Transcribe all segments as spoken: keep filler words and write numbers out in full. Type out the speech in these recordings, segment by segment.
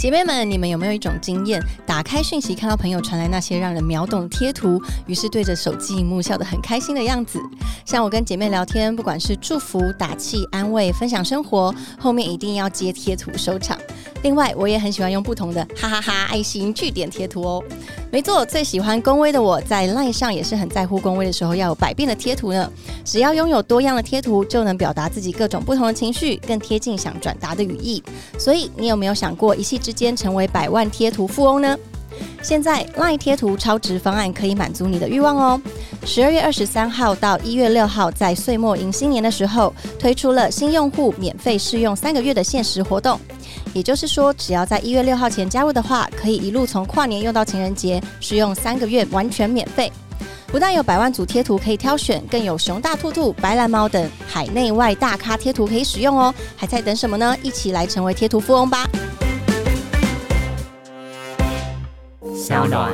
姐妹们，你们有没有一种经验，打开讯息看到朋友传来那些让人秒懂的贴图，于是对着手机荧幕笑得很开心的样子？像我跟姐妹聊天，不管是祝福、打气、安慰、分享生活，后面一定要接贴图收场。另外我也很喜欢用不同的哈哈哈、爱心、句点贴图哦。没错，最喜欢恭维的我在 LINE 上也是很在乎恭维的时候要有百变的贴图呢。只要拥有多样的贴图，就能表达自己各种不同的情绪，更贴近想转达的语义。所以你有没有想过一夕之间成为百万贴图富翁呢？现在 LINE 贴图超值方案可以满足你的欲望哦。十二月二十三号到一月六号，在岁末迎新年的时候，推出了新用户免费试用三个月的限时活动。也就是说，只要在一月六号前加入的话，可以一路从跨年用到情人节，试用三个月完全免费。不但有百万组贴图可以挑选，更有熊大兔兔、白蓝猫等海内外大咖贴图可以使用哦。还在等什么呢？一起来成为贴图富翁吧！ 小暖。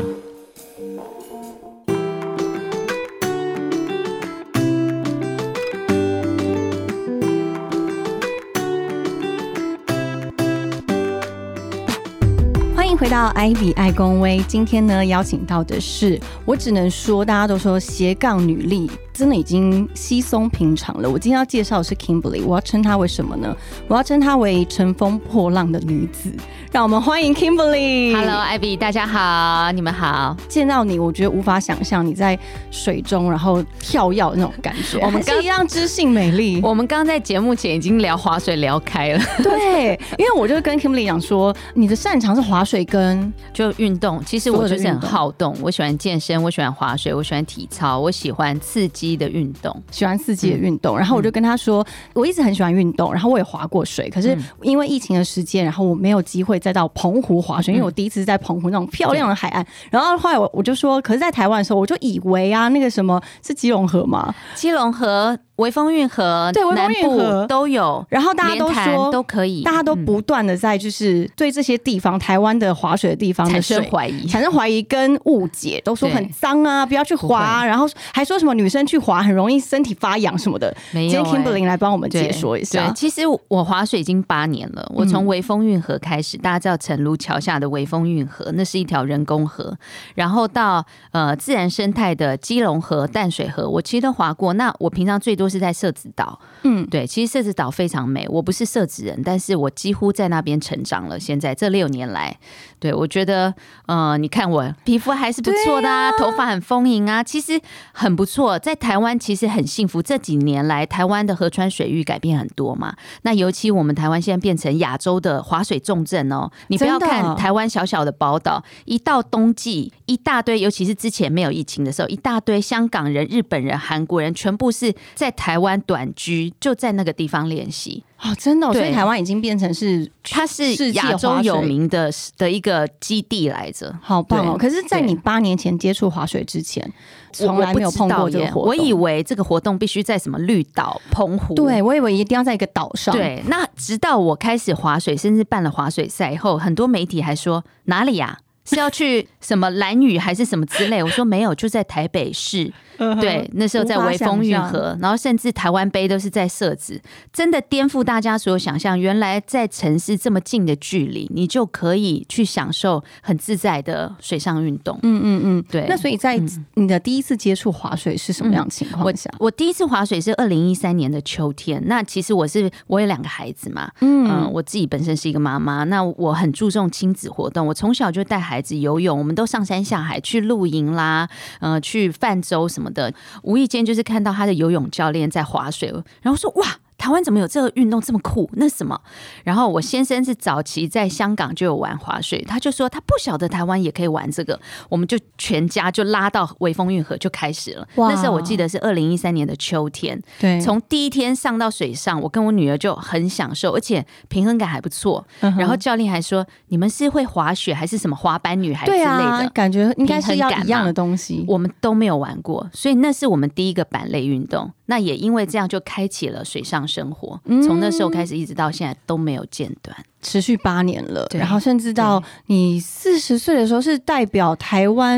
欢迎回到 Ivy 爱公威，今天呢邀请到的是，我只能说大家都说斜杠女力真的已经稀松平常了。我今天要介绍的是 Kimberly， 我要称她为什么呢？我要称她为乘风破浪的女子。让我们欢迎 Kimberly。Hello Ivy， 大家好，你们好。 见到你，我觉得无法想象你在水中然后跳跃的那种感觉。我们刚一样知性美丽。 我们刚在节目前已经聊滑水聊开了。 对，因为我就跟 Kimberly 讲说，你的擅长是滑水跟就运动。其实我就是很好动，我喜欢健身，我喜欢滑水，我喜欢体操，我喜欢刺激的运动， 喜欢刺激的运动。嗯、然后我就跟他说，我一直很喜欢运动，然后我也滑过水，可是因为疫情的时间，然后我没有机会再到澎湖滑水，因为我第一次在澎湖那种漂亮的海岸。然后后来我就说，可是在台湾的时候，我就以为啊，那个什么是基隆河吗？ 基隆河。微风运河， 对，微风运河都有， 然后大家都说都可以， 大家都不断的在就是对这些地方，台湾的滑水的地方的水产生怀疑， 产生怀疑跟误解，都说很脏啊，不要去滑，然后还说什么女生去滑很容易身体发痒什么的。 没有、 欸，今天 Kimberly 来帮我们解说一下。 对，其实我滑水已经八年了，我从微风运河开始，嗯、大家知道成庐桥下的微风运河，那是一条人工河，然后到呃自然生态的基隆河、淡水河，我其实都滑过。那我平常最多是在社子岛。嗯，对，其实社子岛非常美。我不是社子人，但是我几乎在那边成长了。现在这六年来，对我觉得，呃，你看我皮肤还是不错的啊，啊头发很丰盈啊，其实很不错。在台湾其实很幸福。这几年来，台湾的河川水域改变很多嘛。那尤其我们台湾现在变成亚洲的滑水重镇哦。你不要看台湾小小的宝岛，一到冬季，一大堆，尤其是之前没有疫情的时候，一大堆香港人、日本人、韩国人，全部是在台湾短居，就在那个地方练习。 哦，真的、哦，所以台湾已经变成是它是亚洲有名的的一个基地来着， 好棒哦！可是，在你八年前接触滑水之前，从来没有碰过这个活动。 我以为这个活动必须在什么绿岛、澎湖， 对我以为一定要在一个岛上。 对，那直到我开始滑水，甚至办了滑水赛后，很多媒体还说哪里呀、啊？是要去什么兰屿还是什么之类？我说没有，就在台北市。对，那时候在微风运河，然后甚至台湾杯都是在社子，真的颠覆大家所有想象。原来在城市这么近的距离，你就可以去享受很自在的水上运动。 嗯嗯嗯， 对。 那所以在你的第一次接触滑水是什么样的情况下？ 嗯、我, 我第一次滑水是二零一三年的秋天。那其实我是我有两个孩子嘛，嗯、呃，我自己本身是一个妈妈，那我很注重亲子活动。我从小就带孩子游泳，我们都上山下海去露营啦，呃，去泛舟什么的。无意间就是看到他的游泳教练在滑水，然后说哇，台湾怎么有这个运动这么酷？那是什么？然后我先生是早期在香港就有玩滑水，他就说他不晓得台湾也可以玩这个，我们就全家就拉到微风运河就开始了。那时候我记得是二零一三年的秋天，对，从第一天上到水上，我跟我女儿就很享受，而且平衡感还不错。嗯、然后教练还说，你们是会滑雪还是什么滑板女孩之类的？对啊， 感觉应该是要一样的东西。 我们都没有玩过，所以那是我们第一个板类运动。那也因为这样就开启了水上生活，从那时候开始一直到现在都没有间断， 持续八年了。然后甚至到你四十岁的时候是代表台湾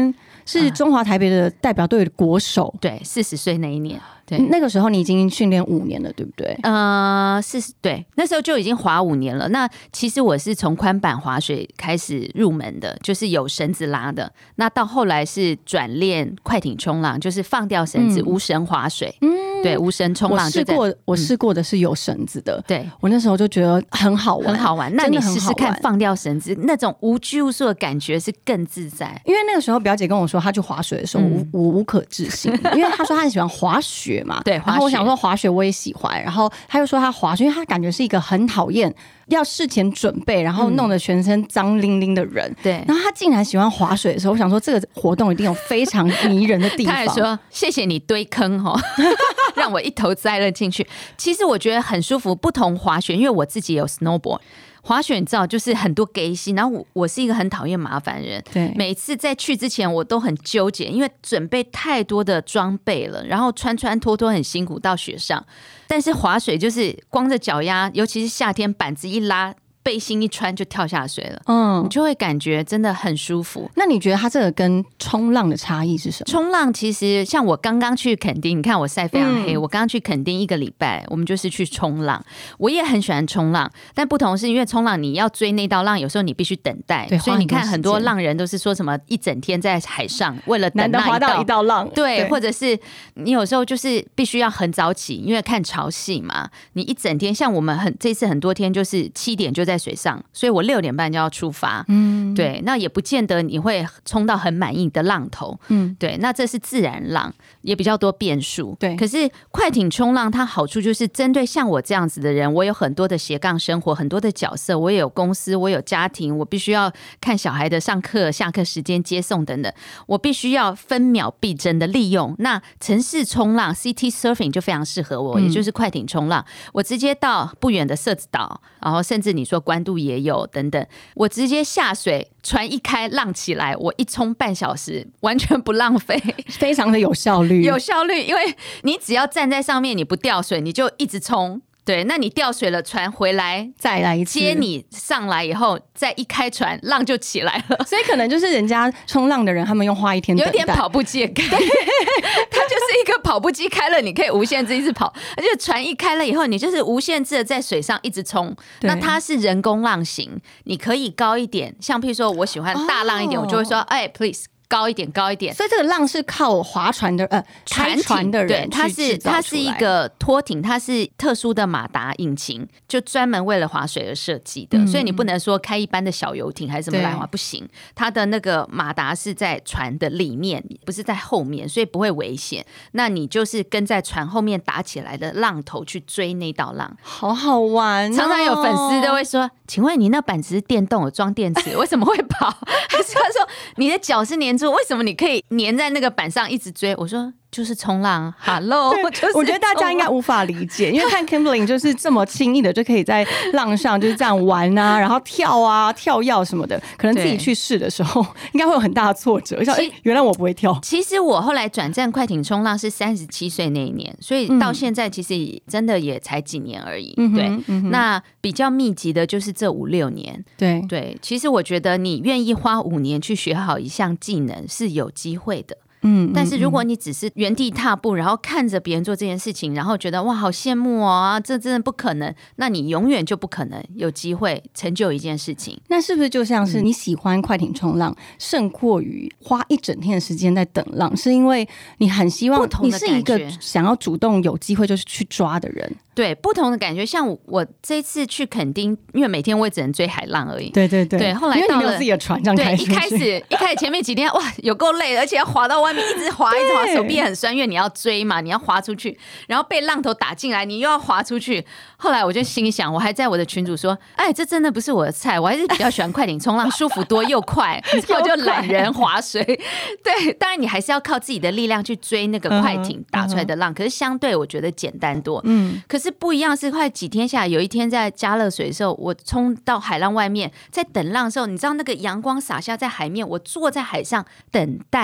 是中华台北的代表队的国手。 对，四十岁那一年。对， 那个时候你已经训练五年了，对不对？ 呃，是，对，那时候就已经滑五年了。那其实我是从宽板滑水开始入门的，就是有绳子拉的。那到后来是转练快艇冲浪，就是放掉绳子，嗯、无绳滑水。嗯，对，无绳冲浪。 我试过，我试过的是有绳子的。 对， 我那时候就觉得很好玩， 很好玩。那你试试看放掉绳子，那种无拘无束的感觉是更自在。 因为那个时候表姐跟我说，她去滑水的时候，嗯、我无可置信，因为她说她很喜欢滑雪嘛。 对， 然后我想说滑雪我也喜欢，然后她又说她滑雪，因为她感觉是一个很讨厌要事前准备，然后弄得全身脏淋淋的人。 对、嗯， 然后她竟然喜欢滑水的时候，我想说这个活动一定有非常迷人的地方。 她还说谢谢你堆坑哦，让我一头栽了进去。其实我觉得很舒服，不同滑雪，因为我自己也有 snowboard。滑雪你知道就是很多 gay 戏，然后 我, 我是一个很讨厌麻烦人， 对， 每次在去之前我都很纠结，因为准备太多的装备了，然后穿穿脱脱很辛苦到雪上。但是滑水就是光着脚丫，尤其是夏天板子一拉，背心一穿就跳下水了，嗯，你就会感觉真的很舒服。 那你觉得它这个跟冲浪的差异是什么？ 冲浪其实像我刚刚去垦丁，你看我晒非常黑，嗯、我刚刚去垦丁一个礼拜，我们就是去冲浪。我也很喜欢冲浪，但不同是因为冲浪你要追那道浪，有时候你必须等待，所以你看很多浪人都是说什么一整天在海上为了等那一道， 难得滑到一道浪， 对，对，或者是你有时候就是必须要很早起，因为看潮汐嘛，你一整天像我们很这次很多天就是七点就在水上，所以我六点半就要出发，嗯，对，那也不见得你会冲到很满意的浪头，嗯，对，那这是自然浪，也比较多变数， 对。 可是快艇冲浪它好处就是针对像我这样子的人，我有很多的斜杠生活，很多的角色，我也有公司，我有家庭，我必须要看小孩的上课、下课时间接送等等，我必须要分秒必争的利用。那城市冲浪 City Surfing 就非常适合我，嗯、也就是快艇冲浪，我直接到不远的社子岛，然后甚至你说关渡也有等等，我直接下水，船一开浪起来，我一冲半小时，完全不浪费， 非常的有效率， 有效率，因为你只要站在上面，你不掉水，你就一直冲。对，那你掉水了，船回来再来一次接你上来以后，再一开船，浪就起来了。 所以可能就是人家冲浪的人，他们用花一天等待， 有点跑步机的概念，它就是一个跑步机开了，你可以无限制一直跑，而且船一开了以后，你就是无限制的在水上一直冲。那它是人工浪型，你可以高一点，像譬如说我喜欢大浪一点，哦、我就会说，哎 ，please。高一点，高一点。 所以这个浪是靠划船的呃开船的人， 对，它是它是一个拖艇，它是特殊的马达引擎，就专门为了划水而设计的。嗯、所以你不能说开一般的小游艇还是什么来划，不行。它的那个马达是在船的里面，不是在后面，所以不会危险。那你就是跟在船后面打起来的浪头去追那道浪， 好好玩、哦。 常常有粉丝都会说：“请问你那板子是电动，有装电池，为什么会跑？”还是他说你的脚是粘住？为什么你可以粘在那个板上一直追？我说就是冲浪 ，Hello， 就是我觉得大家应该无法理解，因为看 Kimberly 就是这么轻易的就可以在浪上就是这样玩啊，然后跳啊、跳跃什么的，可能自己去试的时候应该会有很大的挫折。我想，哎，原来我不会跳。 其实我后来转战快艇冲浪是三十七岁那一年，所以到现在其实真的也才几年而已。嗯、对、嗯，那比较密集的就是这五六年。 对对，其实我觉得你愿意花五年去学好一项技能是有机会的。 嗯， 但是如果你只是原地踏步，然后看着别人做这件事情，然后觉得哇好羡慕哦，这真的不可能，那你永远就不可能有机会成就一件事情。 那是不是就像是你喜欢快艇冲浪胜过于花一整天的时间在等浪，是因为你很希望你是一个想要主动有机会就是去抓的人？ 对，不同的感觉。像我这次去垦丁，因为每天我也只能追海浪而已。 对对对。 对，后来到了因为你没有自己的船，这样开始。对，一开始一开始前面几天哇，有够累，而且要滑到外面，一直滑一直滑，手臂很酸，因为你要追嘛，你要滑出去，然后被浪头打进来，你又要滑出去。后来我就心想，我还在我的群组说，哎，这真的不是我的菜，我还是比较喜欢快艇冲浪，舒服多又快，然后就懒人划水。对，当然你还是要靠自己的力量去追那个快艇打出来的浪，可是相对我觉得简单多。嗯，可是不一样是快几天下来，有一天在加热水的时候，我冲到海浪外面，在等浪的时候，你知道那个阳光洒下在海面，我坐在海上等待。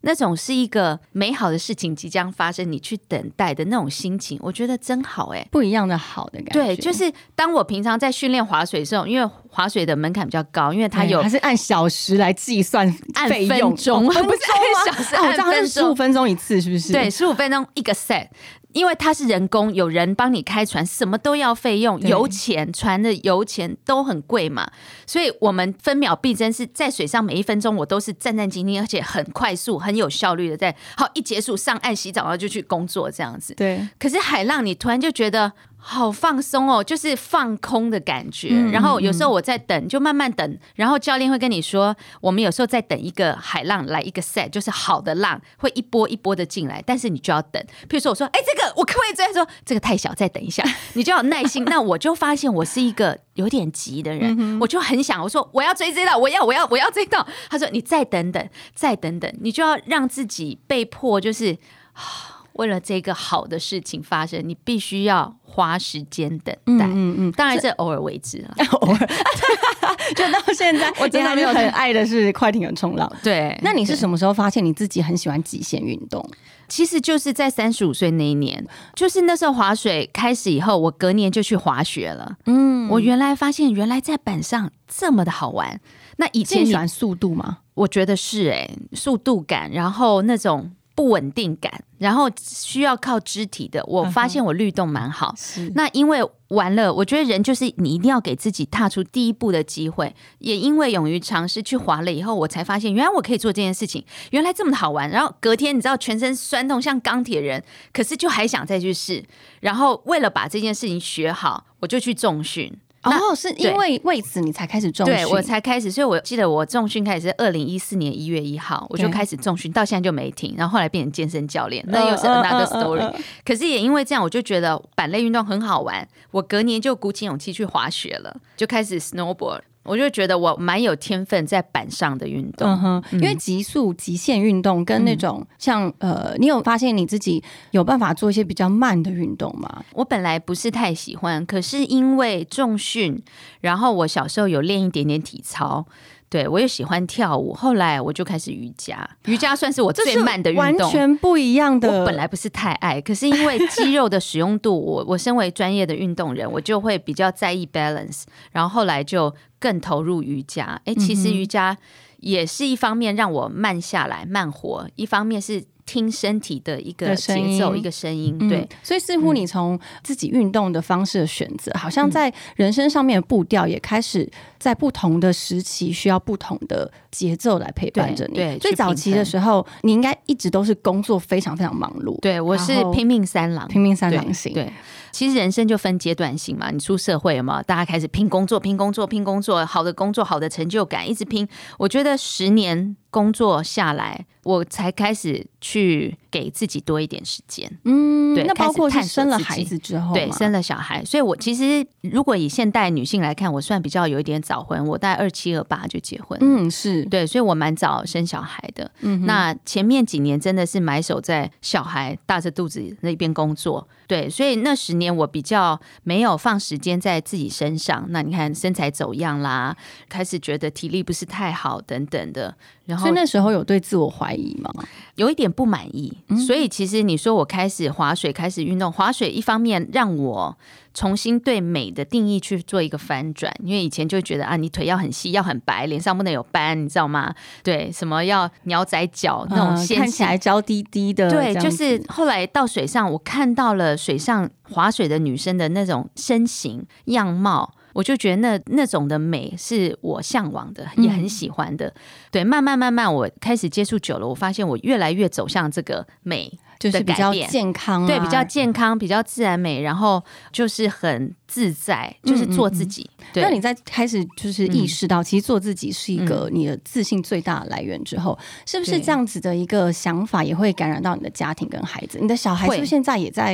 那种是一个美好的事情即将发生，你去等待的那种心情，我觉得真好哎、欸， 不一样的好的感觉。 对，就是当我平常在训练滑水的时候，因为滑水的门槛比较高，因为它有它是按小时来计算费用， 按分钟， 哦、不是按小时，按分钟， 十五分钟一次，是不是？ 对，十五分钟一个 set。因为它是人工，有人帮你开船，什么都要费用，油钱、船的油钱都很贵嘛，所以我们分秒必争，是在水上每一分钟我都是战战兢兢，而且很快速、很有效率的在好一结束上岸洗澡，然后就去工作这样子。 对， 可是海浪你突然就觉得好放松哦，就是放空的感觉。嗯、然后有时候我在等，就慢慢等，然后教练会跟你说，我们有时候在等一个海浪来一个 set， 就是好的浪会一波一波的进来，但是你就要等。譬如说我说，哎、欸，这个我可不可以再说这个太小，再等一下，你就要有耐心。那我就发现我是一个有点急的人，嗯、我就很想，我说我要追这道，我要我要我要这道。他说你再等等，再等等，你就要让自己被迫就是。为了这个好的事情发生，你必须要花时间等待。嗯嗯嗯，当然是偶尔为之了， 偶尔。就到现在，我真的没有很爱的是快艇和冲浪。 对， 那你是什么时候发现你自己很喜欢极限运动？ 其实就是在三十五岁那一年，就是那时候滑水开始以后，我隔年就去滑雪了。嗯，我原来发现原来在板上这么的好玩。那以前你喜欢速度吗？ 我觉得是哎、欸，速度感，然后那种。不稳定感，然后需要靠肢体的，我发现我律动蛮好。嗯、那因为完了，我觉得人就是你一定要给自己踏出第一步的机会。也因为勇于尝试去滑了以后，我才发现原来我可以做这件事情，原来这么的好玩。然后隔天你知道全身酸痛像钢铁人，可是就还想再去试。然后为了把这件事情学好，我就去重训。 哦，是因为为此你才开始重训？ 对，我才开始，所以我记得我重训开始是二零一四年一月一号，我就开始重训，到现在就没停，然后后来变成健身教练，那又是 another story。Uh, uh, uh, uh, uh. 可是也因为这样，我就觉得板类运动很好玩，我隔年就鼓起勇气去滑雪了，就开始 snowboard。我就觉得我蛮有天分在板上的运动，嗯哼， 因为极速极限运动跟那种、嗯、像呃，你有发现你自己有办法做一些比较慢的运动吗？ 我本来不是太喜欢，可是因为重训，然后我小时候有练一点点体操。对，我也喜欢跳舞，后来我就开始瑜伽，瑜伽算是我最慢的运动， 完全不一样的。 我本来不是太爱，可是因为肌肉的使用度，我我身为专业的运动人，我就会比较在意 balance， 然后后来就更投入瑜伽。哎，其实瑜伽也是一方面让我慢下来、慢活，一方面是听身体的一个节奏、一个声音。对、嗯， 所以似乎你从自己运动的方式的选择、嗯，好像在人生上面的步调也开始在不同的时期需要不同的节奏来陪伴着你。 对， 最早期的时候，你应该一直都是工作非常非常忙碌。 对，我是拼命三郎， 拼命三郎型。 对。对，其实人生就分阶段性嘛，你出社会了嘛，大家开始拼工作、拼工作、拼工作，好的工作、好的成就感，一直拼。我觉得十年工作下来，我才开始去给自己多一点时间。嗯，对， 那包括是生了孩子之后， 对，生了小孩，所以我其实如果以现代女性来看，我算比较有一点早婚，我大概二七二八就结婚。 嗯，是对，所以我蛮早生小孩的。嗯，那前面几年真的是埋首在小孩大着肚子那边工作。对，所以那十年我比较没有放时间在自己身上。那你看身材走样啦，开始觉得体力不是太好等等的。然后， 所以那时候有对自我怀疑吗？ 有一点不满意。嗯、所以其实你说我开始滑水，开始运动，滑水一方面让我重新对美的定义去做一个翻转，因为以前就觉得啊，你腿要很细，要很白，脸上不能有斑，你知道吗？对，什么要鸟仔脚那种纤细、 呃、看起来娇滴滴的。 对，就是后来到水上，我看到了水上滑水的女生的那种身形样貌。我就觉得那那种的美是我向往的，也很喜欢的。嗯、对，慢慢慢慢我开始接触久了，我发现我越来越走向这个美的改变， 就是比较健康、啊， 对，比较健康，比较自然美，然后就是很自在，就是做自己。嗯嗯嗯对， 那你在开始就是意识到，其实做自己是一个你的自信最大的来源之后，嗯、是不是这样子的一个想法也会感染到你的家庭跟孩子？你的小孩是不是现在也在？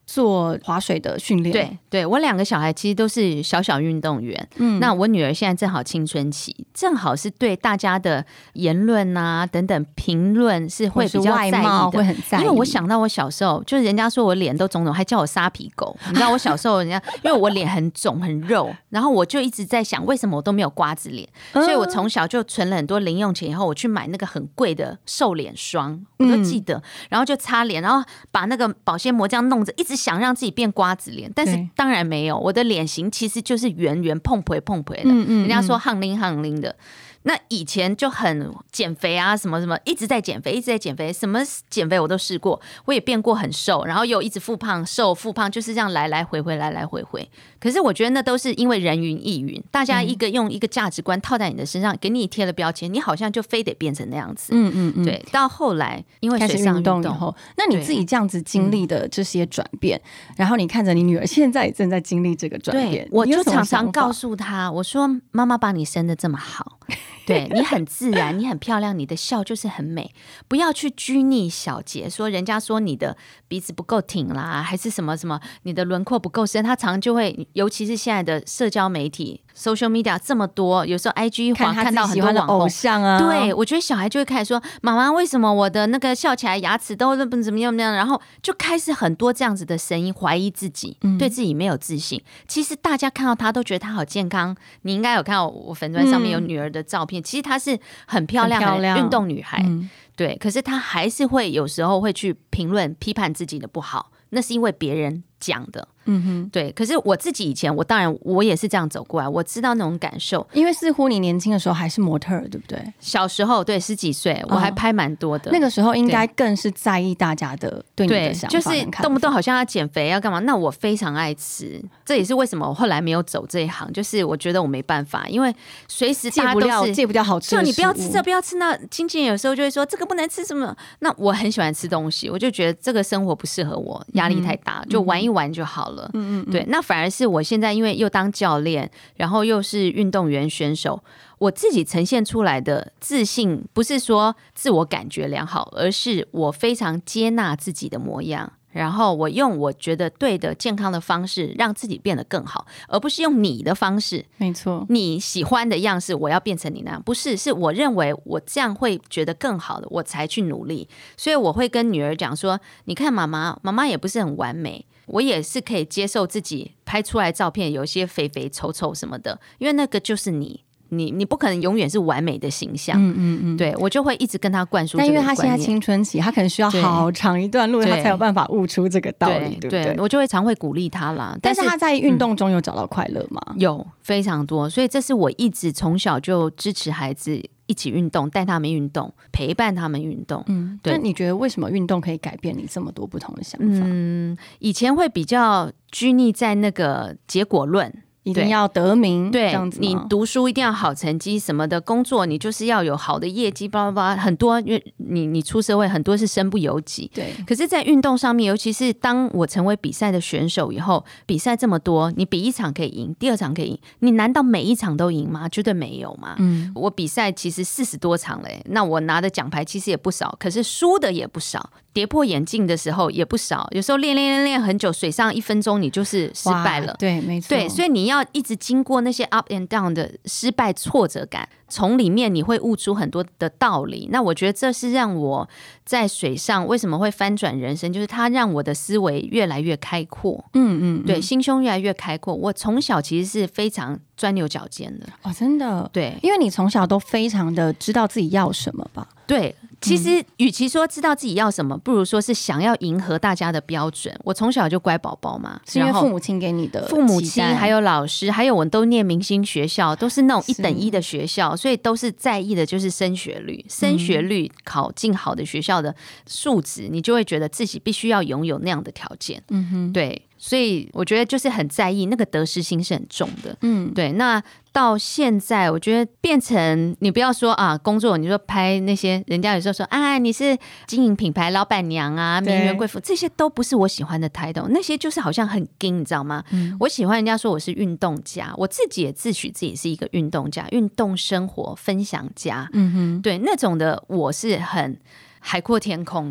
做滑水的训练。 对对，我两个小孩其实都是小小运动员，嗯，那我女儿现在正好青春期，正好是对大家的言论啊等等评论是会比较在意的， 外貌会很在意。 因为我想到我小时候，就是人家说我脸都肿肿，还叫我沙皮狗。你知道我小时候人家因为我脸很肿很肉，然后我就一直在想为什么我都没有瓜子脸，嗯、所以我从小就存了很多零用钱，以后我去买那个很贵的瘦脸霜，我都记得，嗯、然后就擦脸，然后把那个保鲜膜这样弄着，一直想让自己变瓜子脸，但是当然没有，我的脸型其实就是圆圆碰皮碰皮的，嗯嗯嗯，人家说夯拎夯拎的。那以前就很减肥啊，什么什么，一直在减肥，一直在减肥，什么减肥我都试过，我也变过很瘦，然后又一直复胖，瘦复胖，就是这样来来回回，来来回回。可是我觉得那都是因为人云亦云，大家一个用一个价值观套在你的身上，给你贴了标签，你好像就非得变成那样子。嗯嗯嗯。对，到后来因为水上运动以后， 那你自己这样子经历的这些转变，然后你看着你女儿现在也正在经历这个转变， 我就常常告诉她，我说妈妈把你生得这么好。对，你很自然，你很漂亮，你的笑就是很美，不要去拘泥小节，说人家说你的鼻子不够挺啦，还是什么什么，你的轮廓不够深，他常就会，尤其是现在的社交媒体 social media 这么多，有时候 I G 滑看到很多网红偶像啊， 对，我觉得小孩就会开始说，妈妈为什么我的那个笑起来牙齿都不怎么样怎么样，然后就开始很多这样子的声音，怀疑自己，嗯、对自己没有自信。其实大家看到他都觉得他好健康，你应该有看到我粉专上面有女儿的照片，嗯、其实她是很漂亮的运动女孩，嗯、对，可是她还是会有时候会去评论批判自己的不好，那是因为别人讲的。嗯哼，对。可是我自己以前，我当然我也是这样走过来，我知道那种感受。 因为似乎你年轻的时候还是模特儿，对不对？ 小时候对十几岁，我还拍蛮多的、 哦。那个时候应该更是在意大家的对你的想法， 就是动不动好像要减肥要干嘛。那我非常爱吃，这也是为什么我后来没有走这一行。就是我觉得我没办法，因为随时大家都是戒不了戒不掉好吃的食物， 你不要吃这不要吃那。经纪人有时候就会说这个不能吃什么。那我很喜欢吃东西，我就觉得这个生活不适合我，压力太大，嗯、就玩一玩就好了。嗯嗯，对。那反而是我现在因为又当教练，然后又是运动员选手，我自己呈现出来的自信不是说自我感觉良好，而是我非常接纳自己的模样，然后我用我觉得对的健康的方式让自己变得更好，而不是用你的方式。 没错， 你喜欢的样式我要变成你那样，不是，是我认为我这样会觉得更好的我才去努力。所以我会跟女儿讲说，你看妈妈妈妈也不是很完美，我也是可以接受自己拍出来照片有些肥肥丑丑什么的，因为那个就是你你你不可能永远是完美的形象。嗯嗯嗯，对，我就会一直跟他灌输这个观念。 但因为他现在青春期，他可能需要好长一段路，他才有办法悟出这个道理，对不对？ 对，我就会常会鼓励他啦。 但是他在运动中有找到快乐吗？ 嗯、有非常多，所以这是我一直从小就支持孩子一起运动，带他们运动，陪伴他们运动。嗯，对。 那你觉得为什么运动可以改变你这么多不同的想法？ 嗯，以前会比较拘泥在那个结果论。 一定要得名， 对， 这样子吗？ 你读书一定要好成绩什么的，工作你就是要有好的业绩，巴拉巴拉，很多，因为你你出社会很多是身不由己。 对， 可是，在运动上面，尤其是当我成为比赛的选手以后，比赛这么多，你比一场可以赢，第二场可以赢，你难道每一场都赢吗？绝对没有嘛。嗯，我比赛其实四十多场嘞，那我拿的奖牌其实也不少，可是输的也不少。跌破眼镜的时候也不少，有时候练练练练很久，水上一分钟你就是失败了。 对，没错。 对，所以你要一直经过那些 up and down 的失败挫折感，从里面你会悟出很多的道理。那我觉得这是让我在水上为什么会翻转人生，就是它让我的思维越来越开阔。嗯嗯，对，心胸越来越开阔。我从小其实是非常钻牛角尖的。 哦，真的？ 对， 因为你从小都非常的知道自己要什么吧？ 对。其实与其说知道自己要什么，不如说是想要迎合大家的标准。我从小就乖宝宝嘛， 是因为父母亲给你的， 父母亲还有老师，还有我都念明星学校，都是那种一等一的学校，所以都是在意的就是升学率，升学率考进好的学校的数值，你就会觉得自己必须要拥有那样的条件。嗯哼，对。所以我觉得就是很在意那个得失心是很重的。嗯，对。那到现在我觉得变成你不要说啊工作，你说拍那些人家有时候说啊你是经营品牌老板娘啊名媛贵妇，这些都不是我喜欢的 title， 那些就是好像很硬，你知道吗？嗯，我喜欢人家说我是运动家，我自己也自诩自己是一个运动家，运动生活分享家。嗯哼，对，那种的我是很海阔天空的。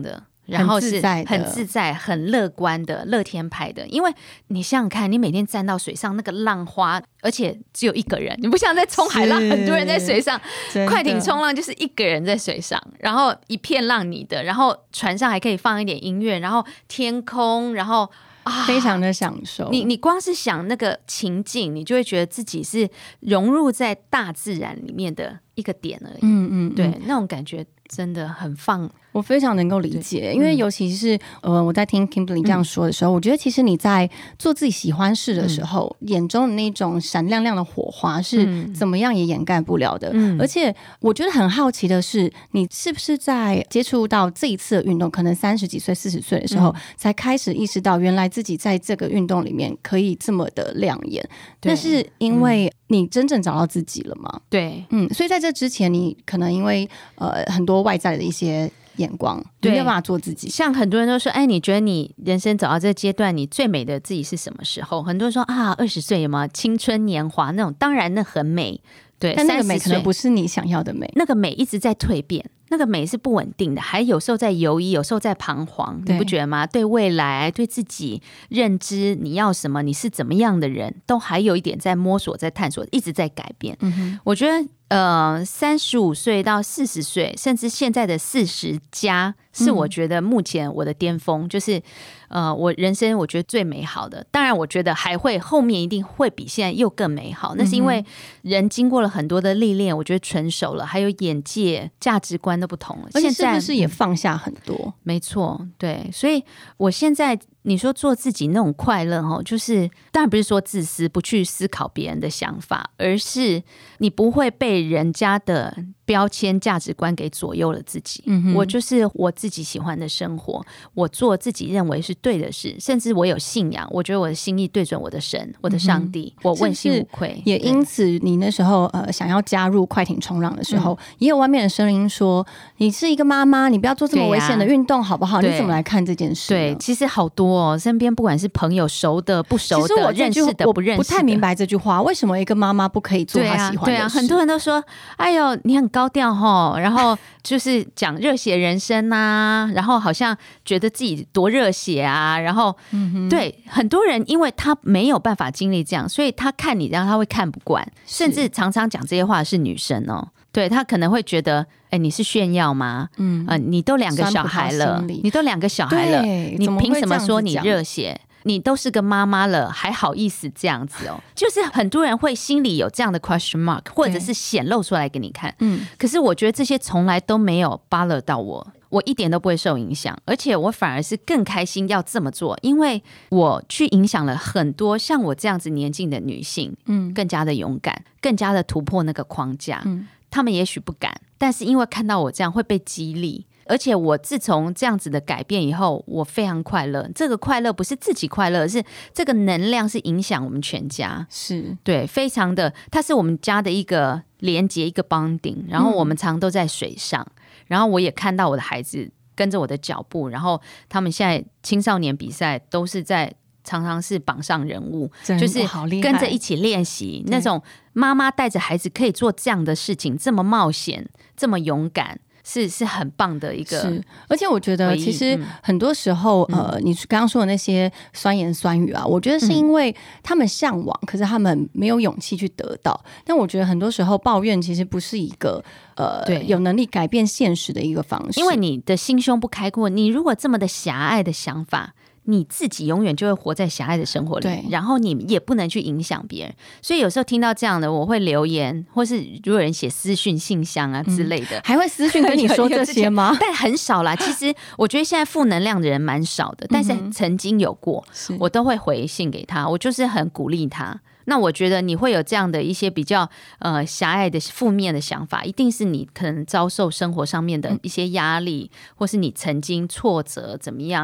然后是很自在很乐观的乐天派的。因为你想想看，你每天站到水上那个浪花，而且只有一个人，你不像在冲海浪很多人在水上，快艇冲浪就是一个人在水上，然后一片浪你的，然后船上还可以放一点音乐，然后天空，然后啊、非常的享受。 你你光是想那个情境，你就会觉得自己是融入在大自然里面的一个点而已。嗯嗯，对，那种感觉真的很放。 我非常能够理解，因为尤其是呃我在听 Kimberly 这样说的时候、嗯、我觉得其实你在做自己喜欢事的时候、嗯、眼中的那种闪亮亮的火花是怎么样也掩盖不了的、嗯、而且我觉得很好奇的是，你是不是在接触到这一次的运动，可能三十几岁四十岁的时候、嗯、才开始意识到原来自己在这个运动里面可以这么的亮眼？那是因为你真正找到自己了吗？ 对， 嗯，所以在这之前你可能因为呃很多外在的一些眼光，你没有办法做自己。 像很多人都说，哎，你觉得你人生走到这个阶段，你最美的自己是什么时候？很多人说啊，二十岁有没有青春年华那种？当然那很美，对， 但那个美可能不是你想要的美。 那个美一直在蜕变，那个美是不稳定的，还有时候在犹疑，有时候在彷徨，你不觉得吗？对未来，对自己认知，你要什么，你是怎么样的人，都还有一点在摸索，在探索，一直在改变。嗯、我觉得呃，三十五岁到四十岁，甚至现在的四十加，是我觉得目前我的巅峰，嗯、就是呃，我人生我觉得最美好的。当然，我觉得还会后面一定会比现在又更美好。那是因为人经过了很多的历练，我觉得成熟了，还有眼界、价值观都不同了。 而且是不是也放下很多？ 没错，对，所以我现在。你说做自己那种快乐，就是当然不是说自私不去思考别人的想法，而是你不会被人家的标签价值观给左右了自己、嗯、我就是我自己喜欢的生活，我做自己认为是对的事，甚至我有信仰，我觉得我的心意对准我的神，我的上帝、嗯、我问心无愧。 也因此你那时候呃想要加入快艇冲浪的时候、嗯、也有外面的声音说你是一个妈妈，你不要做这么危险的运动好不好？你怎么来看这件事？ 对，其实好多哦，身边不管是朋友熟的不熟的，认识的不认识的， 我不太明白这句话，为什么一个妈妈不可以做她喜欢的事？对啊，对啊， 很多人都说哎呦你很高调齁，然后就是讲热血人生啊，然后好像觉得自己多热血啊，然后、嗯、对，很多人因为他没有办法经历这样，所以他看你这样他会看不惯，甚至常常讲这些话的是女生哦，对，他可能会觉得哎，你是炫耀吗？嗯、呃，你都两个小孩了，你都两个小孩了，你凭什么说你热血？你都是个妈妈了，还好意思这样子哦？就是很多人会心里有这样的 question mark， 或者是显露出来给你看。嗯，可是我觉得这些从来都没有 bother 到我，我一点都不会受影响，而且我反而是更开心要这么做，因为我去影响了很多像我这样子年纪的女性，嗯，更加的勇敢，更加的突破那个框架。嗯，他们也许不敢，但是因为看到我这样会被激励。而且我自从这样子的改变以后，我非常快乐。这个快乐不是自己快乐，是这个能量是影响我们全家， 是对，非常的，它是我们家的一个连结，一个 bonding。然后我们常都在水上、嗯、然后我也看到我的孩子跟着我的脚步，然后他们现在青少年比赛都是在常常是榜上人物，就是跟着一起练习。那种妈妈带着孩子可以做这样的事情，这么冒险，这么勇敢。是是很棒的一个， 是，而且我觉得其实很多时候、嗯、呃，你刚刚说的那些酸言酸语啊，我觉得是因为他们向往、嗯、可是他们没有勇气去得到。但我觉得很多时候抱怨其实不是一个呃有能力改变现实的一个方式， 因为你的心胸不开阔，你如果这么的狭隘的想法，你自己永远就会活在狭隘的生活里，然后你也不能去影响别人。所以有时候听到这样的，我会留言，或是如果有人写私讯信箱啊之类的、嗯、 还会私讯跟你说这些吗？ 但很少啦。其实我觉得现在负能量的人蛮少的，但是曾经有过、嗯、我都会回信给他，我就是很鼓励他。那我觉得你会有这样的一些比较呃狭隘的负面的想法，一定是你可能遭受生活上面的一些压力、嗯、或是你曾经挫折怎么样，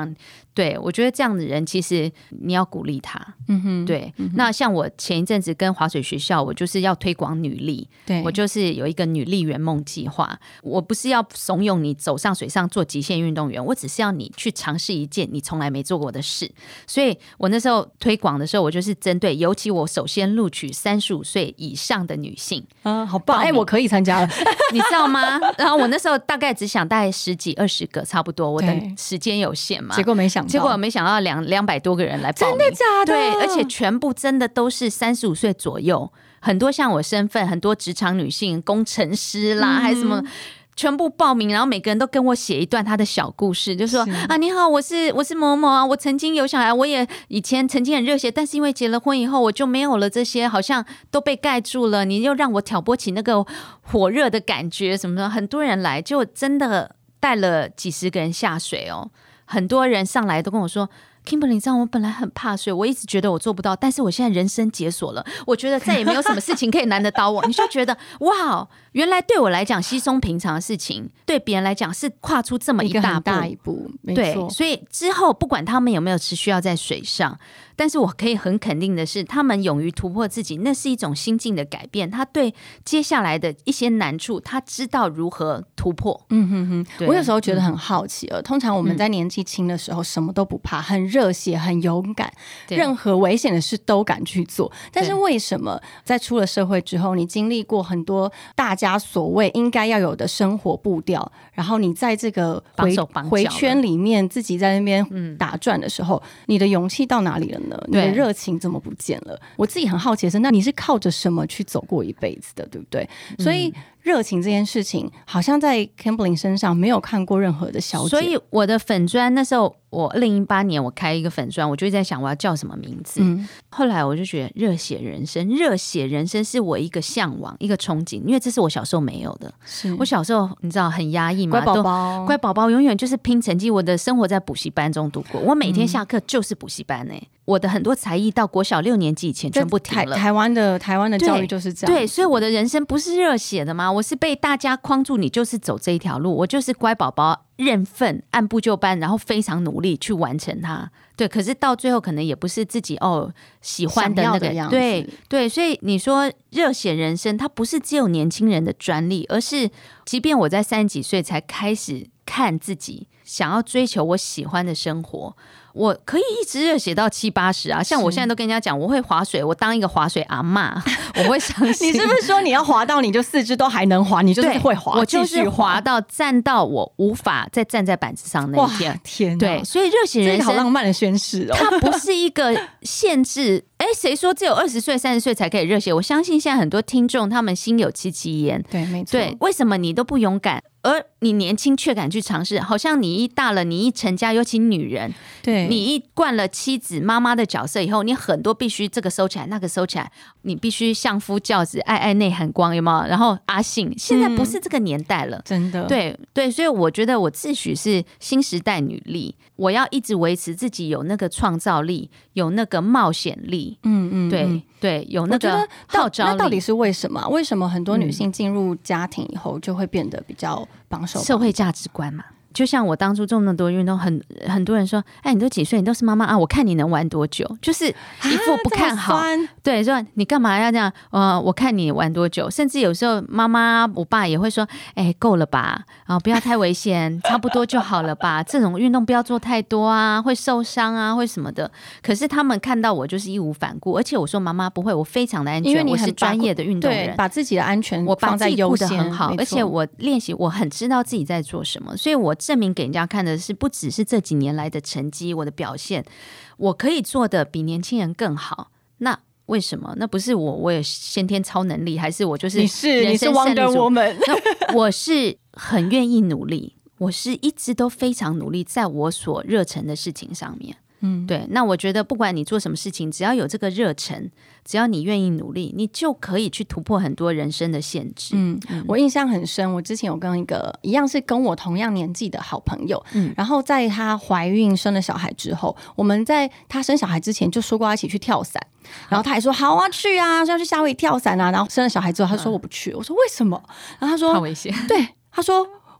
对，我觉得这样的人其实你要鼓励他。 嗯哼， 对、 嗯哼。 那像我前一阵子跟滑水学校，我就是要推广女力， 对， 我就是有一个女力圆梦计划。我不是要怂恿你走上水上做极限运动员，我只是要你去尝试一件你从来没做过的事。所以我那时候推广的时候，我就是针对，尤其我首先录取三十五岁以上的女性。 啊，好棒！哎、欸，我可以参加了， 你知道吗？然后我那时候大概只想大概十几二十个，差不多，我的时间有限嘛， 结果没想到， 结果没想到两两百多个人来报名， 真的假的？ 对，而且全部真的都是三十五岁左右，很多像我身份，很多职场女性，工程师啦，嗯、还是什么。全部报名，然后每个人都跟我写一段他的小故事，就说啊，你好，我是我是某某啊，我曾经有小孩，我也以前曾经很热血，但是因为结了婚以后，我就没有了这些，好像都被盖住了。你又让我挑拨起那个火热的感觉，什么的，很多人来，就真的带了几十个人下水哦。很多人上来都跟我说。Kimberly， 你知道我本来很怕水，我一直觉得我做不到，但是我现在人生解锁了，我觉得再也没有什么事情可以难得倒我。你就觉得哇，原来对我来讲稀松平常的事情，对别人来讲是跨出这么一大步， 一个很大一步，没错。 对，所以之后不管他们有没有持续要在水上，但是我可以很肯定的是，他们勇于突破自己，那是一种心境的改变。他对接下来的一些难处，他知道如何突破。 嗯哼哼，我有时候觉得很好奇了。嗯、通常我们在年纪轻的时候，什么都不怕，很热血，很勇敢，任何危险的事都敢去做。但是为什么在出了社会之后，你经历过很多大家所谓应该要有的生活步调，然后你在这个回回圈里面自己在那边打转的时候，嗯、你的勇气到哪里了呢？你的热情怎么不见了？我自己很好奇的是，那你是靠着什么去走过一辈子的，对不对？嗯、所以热情这件事情，好像在 Kimberly 身上没有看过任何的小姐。 所以我的粉专那时候，我二零一八年我开一个粉专，我就在想我要叫什么名字。嗯、后来我就觉得热血人生，热血人生是我一个向往，一个憧憬，因为这是我小时候没有的。是我小时候你知道很压抑嘛， 乖宝宝， 乖宝宝永远就是拼成绩。我的生活在补习班中度过，我每天下课就是补习班哎、欸。嗯我的很多才艺到国小六年级以前全部停了。 台湾的台湾的教育就是这样。 对，所以我的人生不是热血的吗？我是被大家框住，你就是走这一条路，我就是乖宝宝，认份，按部就班，然后非常努力去完成它。对，可是到最后可能也不是自己哦喜欢的那个样子。 对对，所以你说热血人生，它不是只有年轻人的专利，而是即便我在三十几岁才开始看自己，想要追求我喜欢的生活。我可以一直热血到七八十啊！像我现在都跟人家讲，我会滑水，我当一个滑水阿嬷，我会相信。 你是不是说你要滑到你就四肢都还能滑，你就是会滑？ 我就是滑到站到我无法再站在板子上那一天。 天哪！ 对，所以热血人生， 这个好浪漫的宣誓哦。 它不是一个限制。哎，谁说只有二十岁、三十岁才可以热血？我相信现在很多听众他们心有戚戚焉。 对，没错。 对，为什么你都不勇敢？而你年轻却敢去尝试，好像你一大了，你一成家，尤其女人， 对， 你一惯了妻子、妈妈的角色以后，你很多必须这个收起来，那个收起来，你必须相夫教子，爱爱内涵光，有没有？然后阿信，现在不是这个年代了，嗯、 真的， 对对，所以我觉得我自诩是新时代女力，我要一直维持自己有那个创造力，有那个冒险力，嗯嗯，对对，有那个号召力。 那到底是为什么？为什么很多女性进入家庭以后就会变得比较绑手绑脚？ 社会价值观嘛。就像我当初做那么多运动，很很多人说，哎，你都几岁，你都是妈妈啊，我看你能玩多久，就是一副不看好，啊、对，说你干嘛要这样？呃，我看你玩多久，甚至有时候妈妈我爸也会说，哎，够了吧，啊，不要太危险，差不多就好了吧，这种运动不要做太多啊，会受伤啊，会什么的。可是他们看到我就是义无反顾，而且我说妈妈不会，我非常的安全，因为你我是专业的运动人， 对，把自己的安全我放在优先， 我把自己顾得很好，而且我练习，我很知道自己在做什么，所以我证明给人家看的是，不只是这几年来的成绩，我的表现，我可以做的比年轻人更好。那为什么？那不是我，我有先天超能力，还是我就是你是你是 Wonder Woman？ 我是很愿意努力，我是一直都非常努力，在我所热忱的事情上面。嗯，对，那我觉得不管你做什么事情，只要有这个热忱，只要你愿意努力，你就可以去突破很多人生的限制。嗯， 嗯我印象很深，我之前有跟一个一样是跟我同样年纪的好朋友，嗯，然后在她怀孕生了小孩之后，我们在她生小孩之前就说过要一起去跳伞，然后她还说好啊，去啊，要去夏威夷跳伞啊，然后生了小孩之后，她说我不去，我说为什么？然后她说好危险， 对，她说。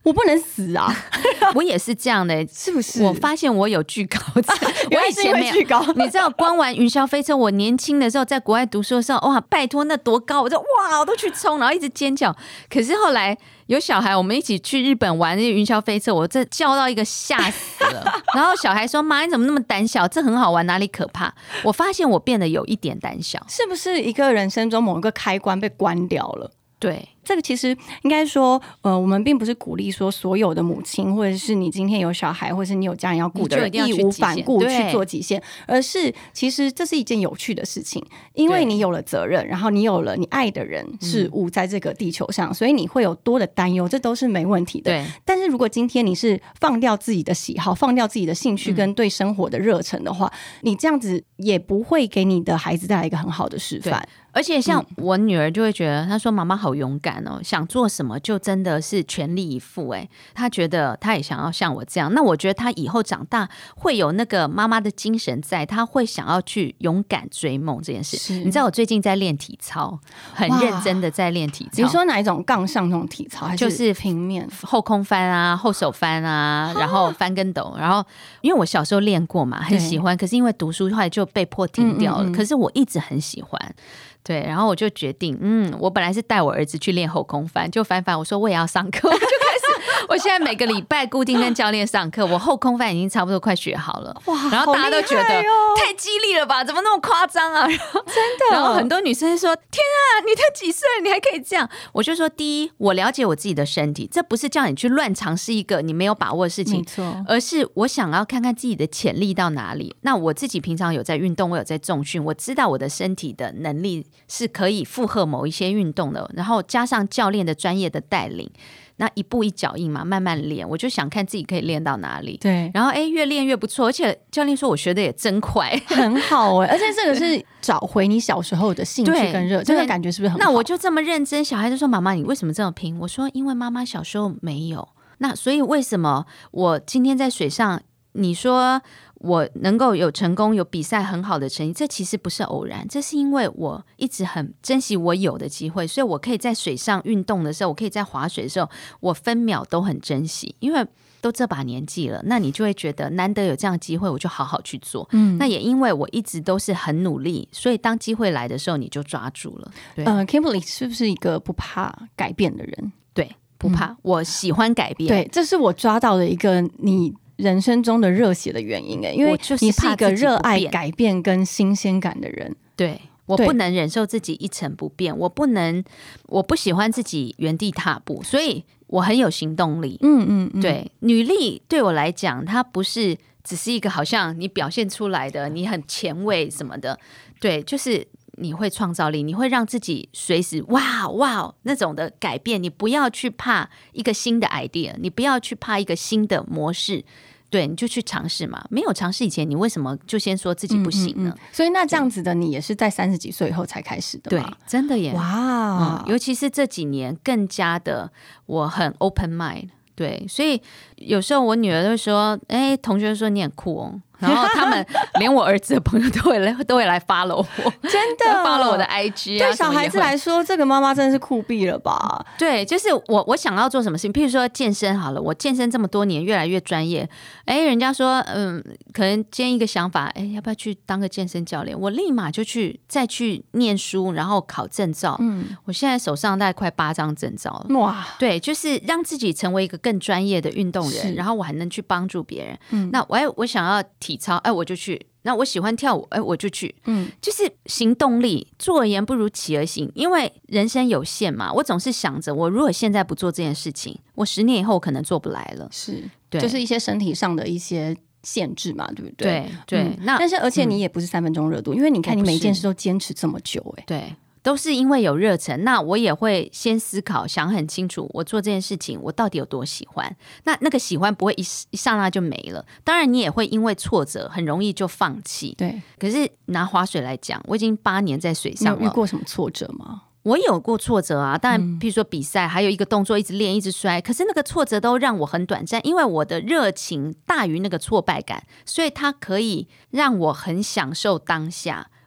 我不能死啊！ 我也是这样的、欸， 是不是？ 我发现我有惧高症， 原来是因为惧高。 你知道，光玩云霄飞车，我年轻的时候在国外读书的时候，哇，拜托那多高，我就哇，我都去冲，然后一直尖叫。可是后来有小孩，我们一起去日本玩那些云霄飞车，我这叫到一个吓死了。然后小孩说：“妈，你怎么那么胆小？这很好玩，哪里可怕？”我发现我变得有一点胆小， 是不是一个人生中某一个开关被关掉了？ 对， 这个其实应该说，呃，我们并不是鼓励说所有的母亲，或者是你今天有小孩，或者是你有家人要顾的人，义无反顾去做极限，而是其实这是一件有趣的事情，因为你有了责任，然后你有了你爱的人事物在这个地球上，嗯、所以你会有多的担忧，这都是没问题的。 对， 但是如果今天你是放掉自己的喜好，放掉自己的兴趣跟对生活的热忱的话，嗯、你这样子也不会给你的孩子带来一个很好的示范。 而且像我女儿就会觉得，她说妈妈好勇敢哦，想做什么就真的是全力以赴。哎，她觉得她也想要像我这样。那我觉得她以后长大会有那个妈妈的精神在，她会想要去勇敢追梦这件事。你知道我最近在练体操，很认真的在练体操。 你说哪一种杠上那种体操？还是就是平面后空翻啊，后手翻啊，然后翻跟斗。然后因为我小时候练过嘛，很喜欢，可是因为读书后来就被迫停掉了。嗯嗯嗯可是我一直很喜欢。对，然后我就决定，嗯，我本来是带我儿子去练后空翻，就翻翻，我说我也要上课，我就开始，我现在每个礼拜固定跟教练上课，我后空翻已经差不多快学好了，哇，然后大家都觉得、哦、太激励了吧，怎么那么夸张啊？真的，然后很多女生说，天啊，你才几岁了，你还可以这样？我就说，第一，我了解我自己的身体，这不是叫你去乱尝试一个你没有把握的事情， 没错， 而是我想要看看自己的潜力到哪里。那我自己平常有在运动，我有在重训，我知道我的身体的能力是可以负荷某一些运动的，然后加上教练的专业的带领，那一步一脚印嘛，慢慢练，我就想看自己可以练到哪里。 对， 然后哎，越练越不错，而且教练说我学的也真快， 很好哎、欸，而且这个是找回你小时候的兴趣跟热，这个感觉是不是很好？ 那我就这么认真，小孩就说妈妈，你为什么这么拼？我说因为妈妈小时候没有，那所以为什么我今天在水上，你说我能够有成功有比赛很好的成绩，这其实不是偶然，这是因为我一直很珍惜我有的机会，所以我可以在水上运动的时候，我可以在划水的时候，我分秒都很珍惜，因为都这把年纪了，那你就会觉得难得有这样的机会，我就好好去做。嗯，那也因为我一直都是很努力，所以当机会来的时候，你就抓住了。对， 呃 Kimberly 是不是一个不怕改变的人？ 对，不怕，嗯、我喜欢改变。 对，这是我抓到的一个你人生中的热血的原因，因为你是一个热爱改变跟新鲜感的人。 对，我不能忍受自己一成不变，我不能，我不喜欢自己原地踏步，所以我很有行动力。嗯嗯嗯，对，女力对我来讲，它不是只是一个好像你表现出来的，你很前卫什么的，对，就是你会创造力，你会让自己随时哇哇那种的改变，你不要去怕一个新的 idea， 你不要去怕一个新的模式。对，你就去尝试嘛。没有尝试以前，你为什么就先说自己不行呢？嗯嗯嗯、 所以那这样子的你也是在三十几岁以后才开始的吗？ 对，真的耶！ 哇、 嗯，尤其是这几年更加的，我很 open mind。对，所以有时候我女儿都说：“哎，同学说你很酷哦。”然后他们连我儿子的朋友都会来，都会来 follow 我， 真的 follow 我的 I G 啊。 对小孩子来说，这个妈妈真的是酷毙了吧？ 对，就是我我想要做什么事情，譬如说健身好了，我健身这么多年，越来越专业。哎，人家说，嗯，可能今天一个想法，哎，要不要去当个健身教练？我立马就去再去念书，然后考证照。嗯，我现在手上大概快八张证照了。哇，对，就是让自己成为一个更专业的运动人，然后我还能去帮助别人。嗯，那我我想要体操，哎，我就去。那我喜欢跳舞，哎，我就去。嗯，就是行动力，坐而言不如起而行，因为人生有限嘛。我总是想着，我如果现在不做这件事情，我十年以后可能做不来了。 是，对，就是一些身体上的一些限制嘛，对不对？ 对对。嗯、那但是而且你也不是三分钟热度，嗯、因为你看你每一件事都坚持这么久，哎， 对。都是因为有热忱，那我也会先思考，想很清楚，我做这件事情我到底有多喜欢。那那个喜欢不会一一刹那就没了，当然你也会因为挫折很容易就放弃。 对， 可是拿滑水来讲，我已经八年在水上了， 你有遇过什么挫折吗？ 我有过挫折啊，当然，譬如说比赛，还有一个动作一直练一直摔，可是那个挫折都让我很短暂，因为我的热情大于那个挫败感，所以它可以让我很享受当下。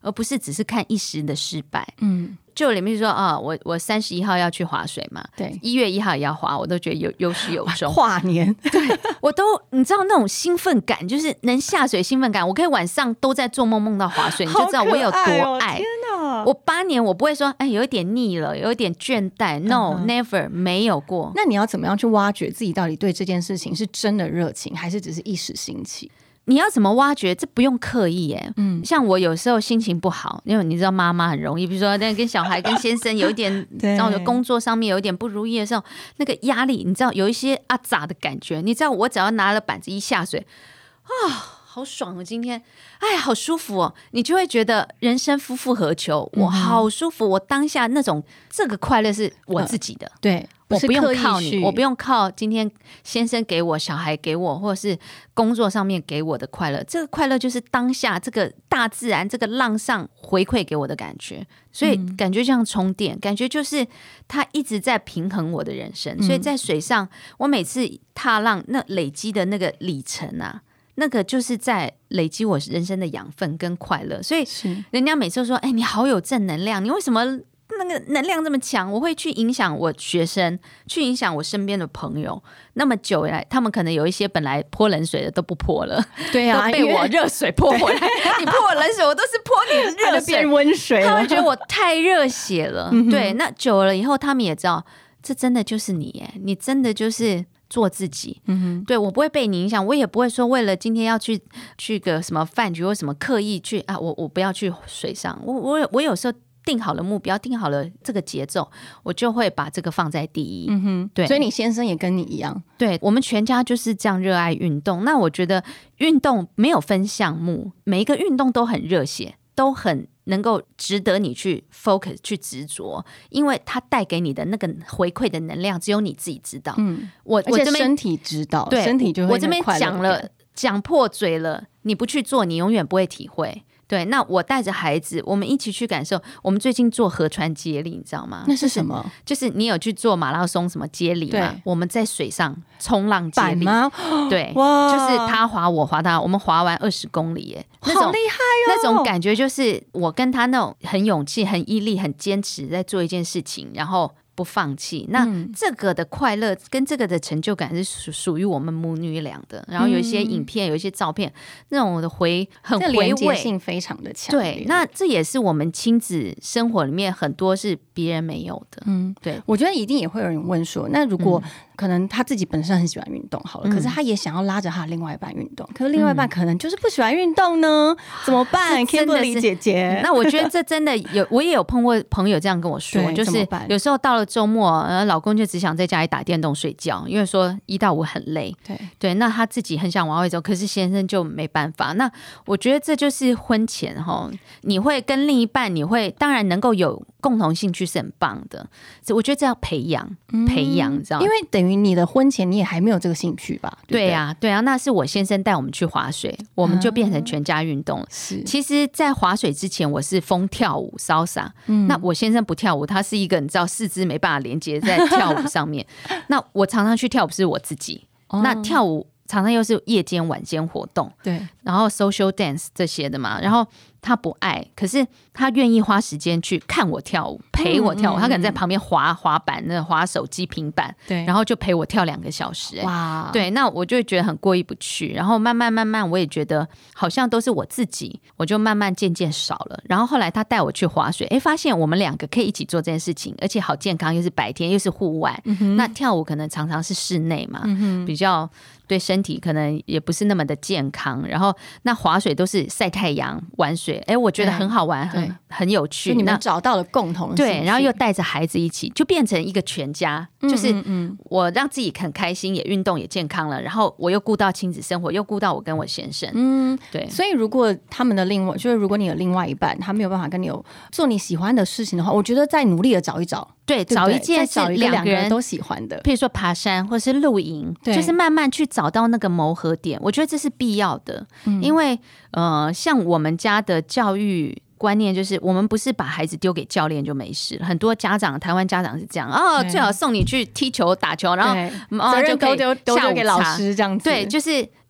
而不是只是看一时的失败。 嗯， 就里面说啊，我我三十一号要去划水嘛， 对， 一月一号也要划，我都觉得有有始有终。 跨年， 对我都你知道那种兴奋感，就是能下水兴奋感，我可以晚上都在做梦梦到划水，你就知道我有多爱。 天哪！ 我八年我不会说哎有一点腻了，有一点倦怠 ，no、嗯、never 没有过。 那你要怎么样去挖掘自己到底对这件事情是真的热情，还是只是一时兴起？ 你要怎么挖掘？这不用刻意耶。嗯，像我有时候心情不好，因为你知道妈妈很容易，比如说跟小孩、跟先生有一点，然后工作上面有一点不如意的时候，那个压力，你知道有一些阿杂的感觉。你知道我只要拿了板子一下水，啊，好爽哦！今天，哎，好舒服哦！你就会觉得人生夫复何求？我好舒服，我当下那种这个快乐是我自己的， 呃、对。 我不用靠你，我不用靠今天先生给我、小孩给我，或者是工作上面给我的快乐。这个快乐就是当下这个大自然、这个浪上回馈给我的感觉，所以感觉像充电，感觉就是它一直在平衡我的人生。所以在水上，我每次踏浪那累积的那个里程啊，那个就是在累积我人生的养分跟快乐。所以人家每次都说：“哎，你好有正能量，你为什么？”那个能量这么强，我会去影响我学生，去影响我身边的朋友。那么久以来，他们可能有一些本来泼冷水的都不泼了， 对啊， 都被我热水泼回来。你泼我冷水，我都是泼你的热水， 变温水了。 他们觉得我太热血了。嗯、对，那久了以后，他们也知道，这真的就是你耶，你真的就是做自己。嗯哼，对我不会被你影响，我也不会说为了今天要去去个什么饭局或什么刻意去啊，我我不要去水上。我我我有时候。定好了目标，定好了这个节奏，我就会把这个放在第一。嗯哼，对， 所以你先生也跟你一样， 对，我们全家就是这样热爱运动。那我觉得运动没有分项目，每一个运动都很热血，都很能够值得你去 focus 去执着，因为它带给你的那个回馈的能量，只有你自己知道。嗯，我我这边身体知道，对，身体就会我这边讲了，讲破嘴了，你不去做，你永远不会体会。对，那我带着孩子，我们一起去感受。我们最近做河川接力，你知道吗？ 那是什么？ 就是、就是你有去做马拉松什么接力吗？我们在水上冲浪接力吗？ 对，就是他划我划他，我们划完二十公里耶，那种好厉害哦！ 那种感觉就是我跟他那种很勇气、很毅力、很坚持在做一件事情，然后。不放弃，那这个的快乐跟这个的成就感是属属于我们母女俩的。然后有一些影片，有一些照片，那种的回很回味， 连接性非常的强。 对，那这也是我们亲子生活里面很多是别人没有的。嗯，对， 我觉得一定也会有人问说，那如果可能他自己本身很喜欢运动好了，嗯、可是他也想要拉着他的另外一半运动，可是另外一半可能就是不喜欢运动呢，嗯、怎么办 ？Kimberly 姐姐， 那我觉得这真的有，我也有碰过朋友这样跟我说，就是有时候到了周末，呃，老公就只想在家里打电动睡觉，因为说一到五很累。 对对，那他自己很想往外走，可是先生就没办法。那我觉得这就是婚前哈，你会跟另一半，你会当然能够有共同兴趣是很棒的。我觉得这要培养，培养，你知道吗？ 因为等于你的婚前你也还没有这个兴趣吧？对, 对呀、啊，对啊。那是我先生带我们去滑水，我们就变成全家运动了。 是、啊， 其实，在滑水之前，我是疯跳舞、salsa。嗯，那我先生不跳舞，他是一个你知道四肢没办法连接在跳舞上面。那我常常去跳舞是我自己，哦、那跳舞常常又是夜间、晚间活动， 对， 然后 social dance 这些的嘛，然后。他不爱，可是他愿意花时间去看我跳舞，陪我跳舞。嗯嗯嗯、他可能在旁边滑滑板、那滑手机、平板， 对， 然后就陪我跳两个小时、欸。 哇， 对，那我就会觉得很过意不去。然后慢慢慢慢，我也觉得好像都是我自己，我就慢慢渐渐少了。然后后来他带我去滑水，哎，发现我们两个可以一起做这件事情，而且好健康，又是白天又是户外。嗯、那跳舞可能常常是室内嘛，嗯、比较。对身体可能也不是那么的健康，然后那滑水都是晒太阳玩水，哎，我觉得很好玩，很很有趣。 你们找到了共同的对，然后又带着孩子一起，就变成一个全家。嗯、就是我让自己很开心，也运动也健康了，然后我又顾到亲子生活，又顾到我跟我先生。嗯，对。 所以如果他们的另外，就是如果你有另外一半，他没有办法跟你有做你喜欢的事情的话，我觉得再努力的找一找。 对，找一件是两个人都喜欢的， 譬如说爬山或是露营，就是慢慢去找到那个谋合点。我觉得这是必要的，嗯、因为呃，像我们家的教育观念就是，我们不是把孩子丢给教练就没事了。很多家长，台湾家长是这样哦，最好送你去踢球、打球，然后责任都丢都丢给老师这样子。 对，就是。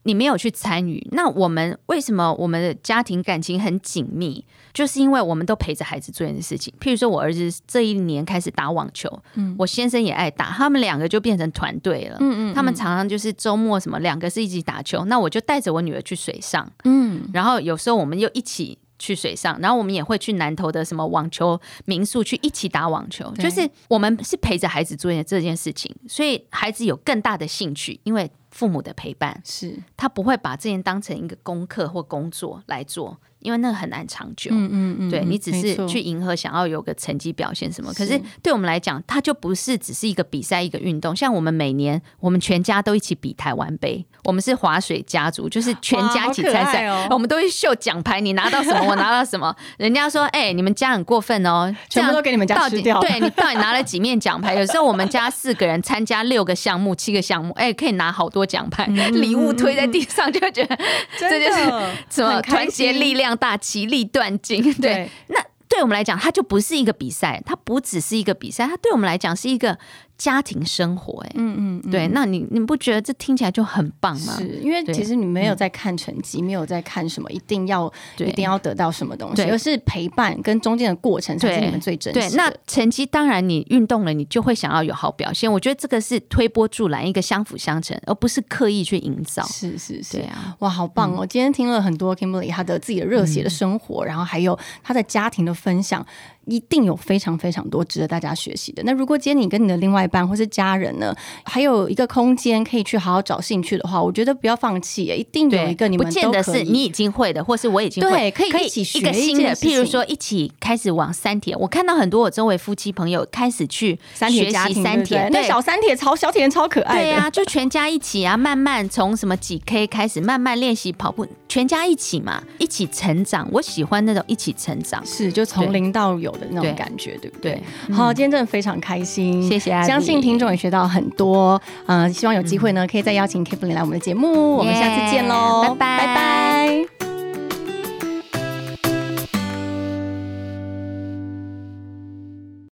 你没有去参与。那我们为什么我们的家庭感情很紧密？就是因为我们都陪着孩子做这件事情。譬如说我儿子这一年开始打网球，嗯，我先生也爱打，他们两个就变成团队了。嗯 嗯, 嗯，他们常常就是周末什么两个是一起打球，那我就带着我女儿去水上，嗯，然后有时候我们又一起去水上，然后我们也会去南投的什么网球民宿去一起打网球，就是我们是陪着孩子做这件事情，所以孩子有更大的兴趣，因为父母的陪伴，是他不会把这件当成一个功课或工作来做，因为那个很难长久。嗯嗯嗯，对，你只是去迎合想要有个成绩表现什么，可是对我们来讲，它就不是只是一个比赛一个运动。像我们每年我们全家都一起比台湾杯，我们是滑水家族，就是全家一起参赛，哦，我们都会秀奖牌，你拿到什么我拿到什么。人家说哎，欸，你们家很过分哦， 全部都给你们家吃掉了。 对，你到底拿了几面奖牌？有时候我们家四个人参加六个项目七个项目，哎，欸，可以拿好多奖牌，礼，嗯，物推在地上，就觉得这就是什么团结力量大，其利断金。 对, 对，那对我们来讲它就不是一个比赛，它不只是一个比赛，它对我们来讲是一个家庭生活。哎，嗯嗯嗯，对，那你你不觉得这听起来就很棒吗？ 是因为其实你没有在看成绩，没有在看什么一定要一定要得到什么东西，而是陪伴跟中间的过程才是你们最真实的。 对，那成绩当然你运动了，你就会想要有好表现。我觉得这个是推波助澜，一个相辅相成，而不是刻意去营造。 是是是，对啊，哇，好棒哦！嗯，今天听了很多 Kimberly 她的自己的热血的生活，嗯，然后还有她的家庭的分享。一定有非常非常多值得大家学习的。那如果今天你跟你的另外一半或是家人呢，还有一个空间可以去好好找兴趣的话，我觉得不要放弃，一定有一个你们都可以， 不见得是你已经会的，或是我已经会， 对，可以一起学一个新的，譬如说一起开始往三铁。我看到很多我周围夫妻朋友开始去三铁家庭，三铁，那小三铁超小铁人超可爱的， 对啊，就全家一起啊，慢慢从什么几 K 开始，慢慢练习跑步，全家一起嘛，一起成长。我喜欢那种一起成长， 是就从零到有的那种感觉。对不对？对，好，今天真的非常开心， 谢谢阿里， 相信听众也学到很多。呃，希望有机会呢，可以再邀请 Kimberly 来我们的节目，我们下次见喽， 拜拜，拜拜。